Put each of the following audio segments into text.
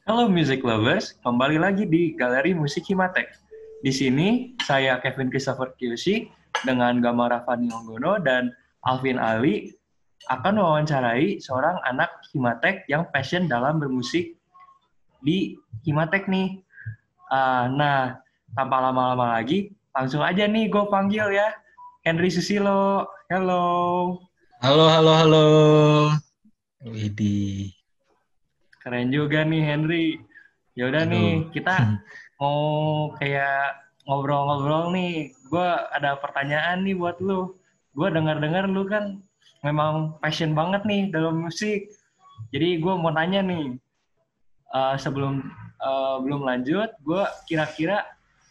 Halo Music Lovers, kembali lagi di Galeri Musik Himatek. Di sini saya Kevin Christopher Kiyoshi dengan Gama Rafani Onggono dan Alvin Ali akan mewawancarai seorang anak Himatek yang passion dalam bermusik di Himatek nih. Nah, tanpa lama-lama lagi, langsung aja nih gue panggil ya, Henry Susilo. Hello. Halo, halo, halo. Widih. Keren juga nih Henry. Ya udah nih, Aduh. kita mau kayak ngobrol-ngobrol nih. Gue ada pertanyaan nih buat lu. Gue dengar-dengar lu kan memang passion banget nih dalam musik. Jadi gue mau nanya nih, sebelum belum lanjut, gue kira-kira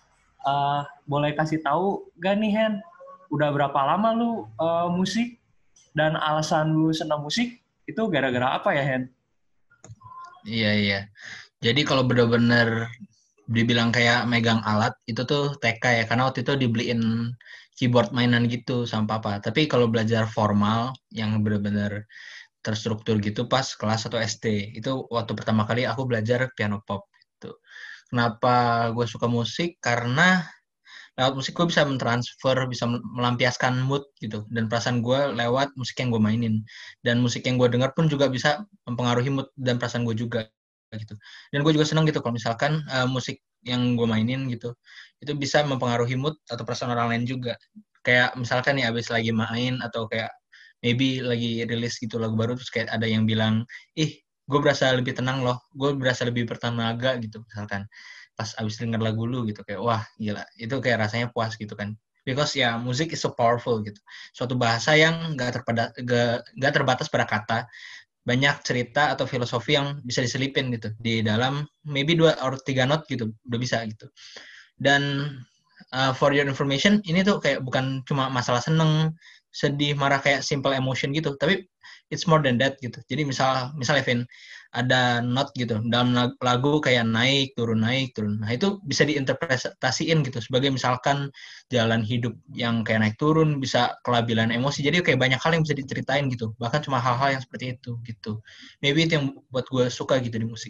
boleh kasih tahu gak nih Hen, udah berapa lama lu musik dan alasan lu senang musik itu gara-gara apa ya Hen? Iya, iya. Jadi kalau bener-bener dibilang kayak megang alat, itu tuh TK ya. Karena waktu itu dibeliin keyboard mainan gitu sama papa. Tapi kalau belajar formal, yang bener-bener terstruktur gitu pas kelas 1 SD. Itu waktu pertama kali aku belajar piano pop gitu. Kenapa gue suka musik? Karena lewat musik gue bisa mentransfer, bisa melampiaskan mood gitu dan perasaan gue lewat musik yang gue mainin, dan musik yang gue dengar pun juga bisa mempengaruhi mood dan perasaan gue juga gitu. Dan gue juga senang gitu kalau misalkan musik yang gue mainin gitu itu bisa mempengaruhi mood atau perasaan orang lain juga. Kayak misalkan nih abis lagi main atau kayak maybe lagi rilis gitu lagu baru, terus kayak ada yang bilang, ih gue berasa lebih tenang loh, gue berasa lebih bertenaga gitu misalkan pas abis denger lagu lu gitu, kayak wah gila, itu kayak rasanya puas gitu kan, because ya musik is so powerful gitu, suatu bahasa yang gak terbatas pada kata, banyak cerita atau filosofi yang bisa diselipin gitu di dalam maybe 2 atau 3 not gitu, udah bisa gitu. Dan for your information, ini tuh kayak bukan cuma masalah seneng, sedih, marah, kayak simple emotion gitu, tapi it's more than that gitu. Jadi misal Evin ada not gitu dalam lagu kayak naik turun naik turun. Nah, itu bisa diinterpretasiin gitu sebagai misalkan jalan hidup yang kayak naik turun, bisa kelabilan emosi. Jadi kayak banyak hal yang bisa diceritain gitu. Bahkan cuma hal-hal yang seperti itu gitu. Maybe itu yang buat gue suka gitu di musik.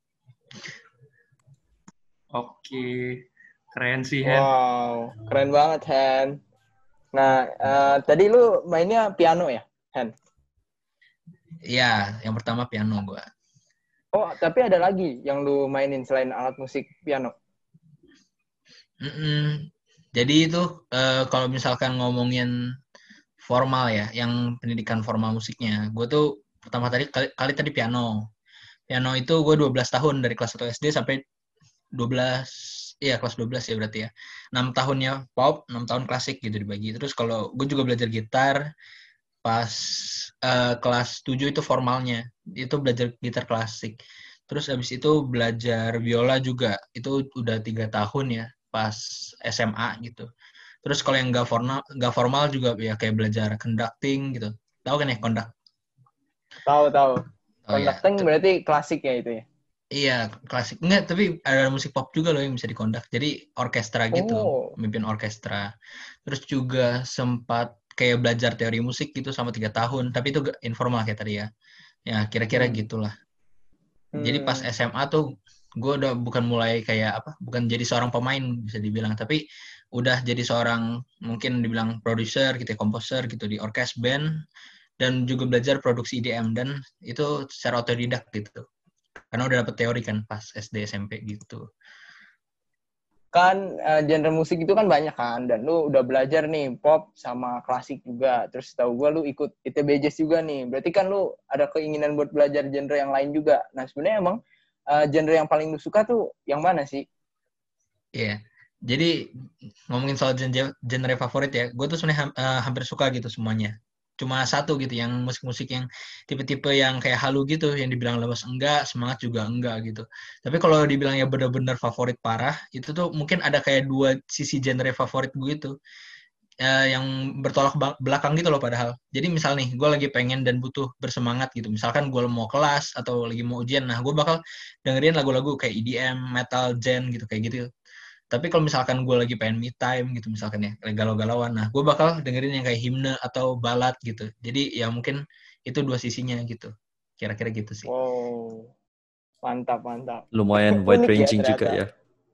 Oke, keren sih Hen. Wow, keren banget, Hen. Nah, tadi lu mainnya piano ya, Hen? Iya, yang pertama piano gue. Oh, tapi ada lagi yang lu mainin selain alat musik piano? Mm-mm. Jadi itu kalau misalkan ngomongin formal ya, yang pendidikan formal musiknya, gue tuh pertama kali tadi piano. Piano itu gue 12 tahun dari kelas 1 SD sampai 12, iya kelas 12 ya berarti ya. 6 tahunnya pop, 6 tahun klasik gitu dibagi. Terus kalau gue juga belajar gitar pas kelas 7 itu formalnya. Itu belajar gitar klasik. Terus abis itu belajar biola juga. Itu udah 3 tahun ya pas SMA gitu. Terus kalau yang nggak formal juga ya kayak belajar conducting gitu. Tahu kan ya conduct? Tahu, tahu. Oh ya, Conducting berarti klasik ya itu ya? iya klasik. Enggak, tapi ada musik pop juga loh yang bisa dikondak. Jadi orkestra gitu, Oh, memimpin orkestra. Terus juga sempat kayak belajar teori musik gitu sama 3 tahun. Tapi itu informal kayak tadi ya. Ya kira-kira hmm. gitulah. Jadi pas Hmm. SMA tuh gue udah bukan mulai kayak apa, bukan jadi seorang pemain bisa dibilang, tapi udah jadi seorang mungkin dibilang produser gitu ya, komposer gitu di orkes band, dan juga belajar produksi EDM, dan itu secara otodidak gitu. Karena udah dapet teori kan pas SD SMP gitu. Kan genre musik itu kan banyak kan, dan lu udah belajar nih pop sama klasik juga. Terus tahu gua lu ikut ITB Jazz juga nih. Berarti kan lu ada keinginan buat belajar genre yang lain juga. Nah, sebenarnya emang genre yang paling lu suka tuh yang mana sih? Iya. Yeah. Jadi ngomongin soal genre favorit ya, gue tuh sebenarnya hampir suka gitu semuanya. Cuma satu gitu yang musik-musik yang tipe-tipe yang kayak halu gitu, yang dibilang lemes enggak, semangat juga enggak gitu. Tapi kalau dibilang ya bener-bener favorit parah, itu tuh mungkin ada kayak dua sisi genre favorit gue itu. Yang bertolak belakang gitu loh padahal. Jadi misal nih, gue lagi pengen dan butuh bersemangat gitu. Misalkan gue mau kelas atau lagi mau ujian, nah gue bakal dengerin lagu-lagu kayak EDM, metal, gen gitu kayak gitu. Tapi kalau misalkan gue lagi pengen me time gitu misalkan ya, galau-galauan, nah gue bakal dengerin yang kayak himne atau balad gitu. Jadi ya mungkin itu dua sisinya gitu. Kira-kira gitu sih. Wow. Mantap, mantap. Lumayan wide Unik ya ranging juga ternyata. ya.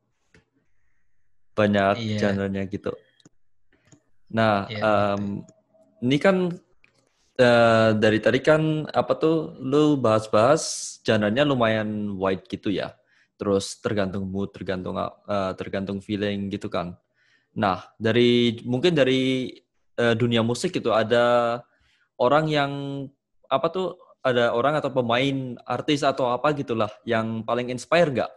Banyak Iya. genre-nya gitu. Nah, Iya, gitu. ini kan dari tadi kan apa tuh lu bahas-bahas genre-nya lumayan wide gitu ya. Terus tergantung mood, tergantung feeling gitu kan. Nah, mungkin dari dunia musik itu ada orang yang apa tuh, ada orang atau pemain, artis atau apa gitulah yang paling inspire nggak?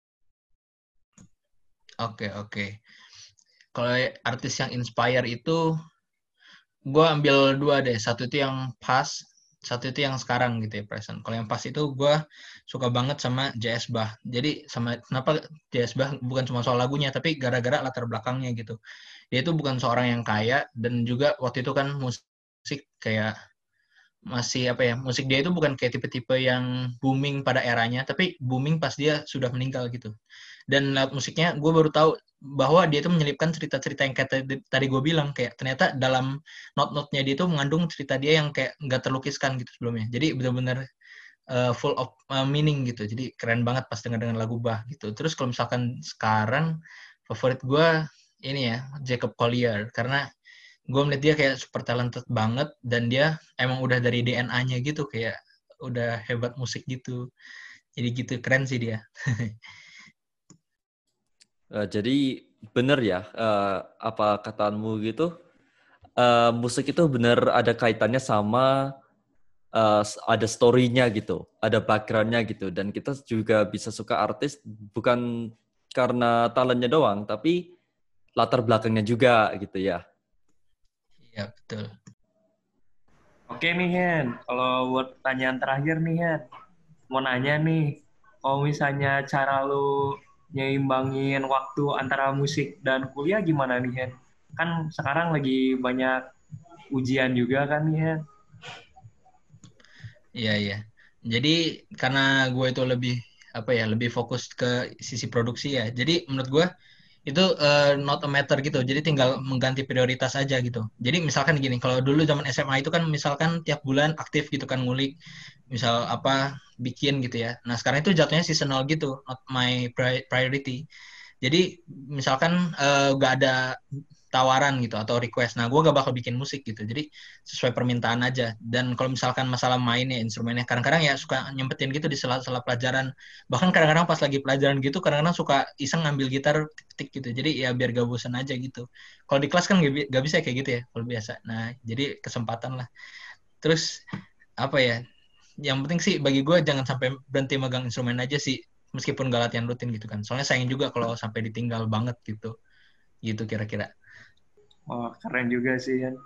Oke. Kalau artis yang inspire itu, gue ambil dua deh. Satu itu yang past, satu itu yang sekarang gitu ya, present. Kalau yang past itu gue suka banget sama JS Bach. Jadi kenapa JS Bach bukan cuma soal lagunya, tapi gara-gara latar belakangnya gitu. Dia itu bukan seorang yang kaya, dan juga waktu itu kan musik kayak masih apa ya, musik dia itu bukan kayak tipe-tipe yang booming pada eranya, tapi booming pas dia sudah meninggal gitu. Dan lewat musiknya gue baru tahu bahwa dia itu menyelipkan cerita-cerita yang kayak tadi gue bilang, kayak ternyata dalam not-notnya dia itu mengandung cerita dia yang kayak nggak terlukiskan gitu sebelumnya. Jadi benar-benar full of meaning gitu. Jadi keren banget pas denger dengan lagu Bah gitu. Terus kalau misalkan sekarang favorit gue ini ya, Jacob Collier, karena gue melihat dia kayak super talented banget, dan dia emang udah dari DNA-nya gitu, kayak udah hebat musik gitu. Jadi gitu, keren sih dia. Jadi bener ya, apa kataanmu gitu, musik itu bener ada kaitannya sama ada story-nya gitu, ada background-nya gitu, dan kita juga bisa suka artis bukan karena talentnya doang, tapi latar belakangnya juga gitu ya. Iya, betul. Oke nih Hen, kalau buat pertanyaan terakhir nih Hen, mau nanya nih, kalau misalnya cara lu nyeimbangin waktu antara musik dan kuliah gimana nih Hen? Kan sekarang lagi banyak ujian juga kan nih Hen? Iya. Jadi karena gue itu lebih fokus ke sisi produksi ya. Jadi menurut gue itu not a matter gitu. Jadi tinggal mengganti prioritas aja gitu. Jadi misalkan gini, kalau dulu zaman SMA itu kan misalkan tiap bulan aktif gitu kan, ngulik misal apa, bikin gitu ya. Nah, sekarang itu jatuhnya seasonal gitu, not my priority. Jadi misalkan gak ada tawaran gitu atau request, nah gue gak bakal bikin musik gitu. Jadi sesuai permintaan aja. Dan kalau misalkan masalah mainnya, instrumennya, kadang-kadang ya suka nyempetin gitu di sela-sela pelajaran. Bahkan kadang-kadang pas lagi pelajaran gitu, kadang-kadang suka iseng ngambil gitar tik gitu. Jadi ya biar gak bosan aja gitu. Kalau di kelas kan gak bisa kayak gitu ya kalau biasa. Nah, jadi kesempatan lah. Terus apa ya? Yang penting sih bagi gue jangan sampai berhenti megang instrumen aja sih, meskipun gak latihan rutin gitu kan. Soalnya sayang juga kalau sampai ditinggal banget gitu. Gitu kira-kira. Wah keren juga sih Hen.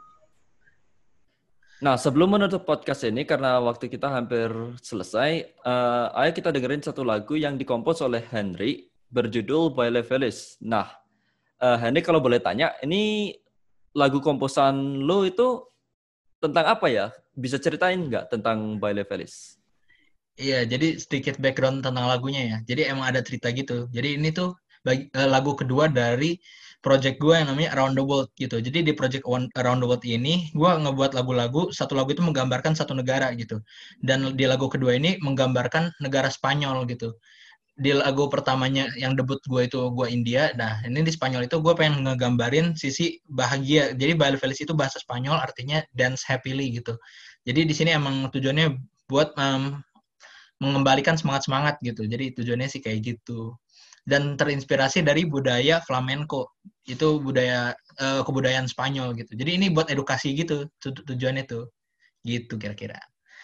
Nah, sebelum menutup podcast ini, karena waktu kita hampir selesai, ayo kita dengerin satu lagu yang dikompos oleh Henry, berjudul Baile Feliz. Nah, Henry kalau boleh tanya, ini lagu komposan lo itu tentang apa ya? Bisa ceritain nggak tentang Baile Feliz? Iya, jadi sedikit background tentang lagunya ya. Jadi emang ada cerita gitu. Jadi ini tuh lagu kedua dari project gue yang namanya Around the World gitu. Jadi di project Around the World ini, gue ngebuat lagu-lagu, satu lagu itu menggambarkan satu negara gitu. Dan di lagu kedua ini menggambarkan negara Spanyol gitu. Di lagu pertamanya yang debut gue itu gue India. Nah, ini di Spanyol itu gue pengen ngegambarin sisi bahagia. Jadi Baile Feliz itu bahasa Spanyol artinya dance happily gitu. Jadi di sini emang tujuannya buat mengembalikan semangat-semangat gitu. Jadi tujuannya sih kayak gitu. Dan terinspirasi dari budaya flamenco. Itu kebudayaan Spanyol gitu. Jadi ini buat edukasi gitu tujuannya tuh. Gitu kira-kira.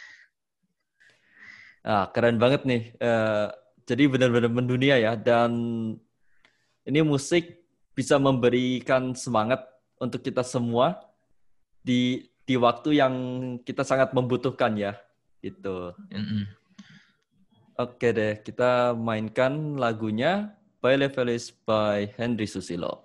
Nah, keren banget nih. Jadi benar-benar mendunia ya. Dan ini musik bisa memberikan semangat untuk kita semua di waktu yang kita sangat membutuhkan ya. Gitu. Mm-mm. Oke deh, kita mainkan lagunya Baile Feliz by Henry Susilo.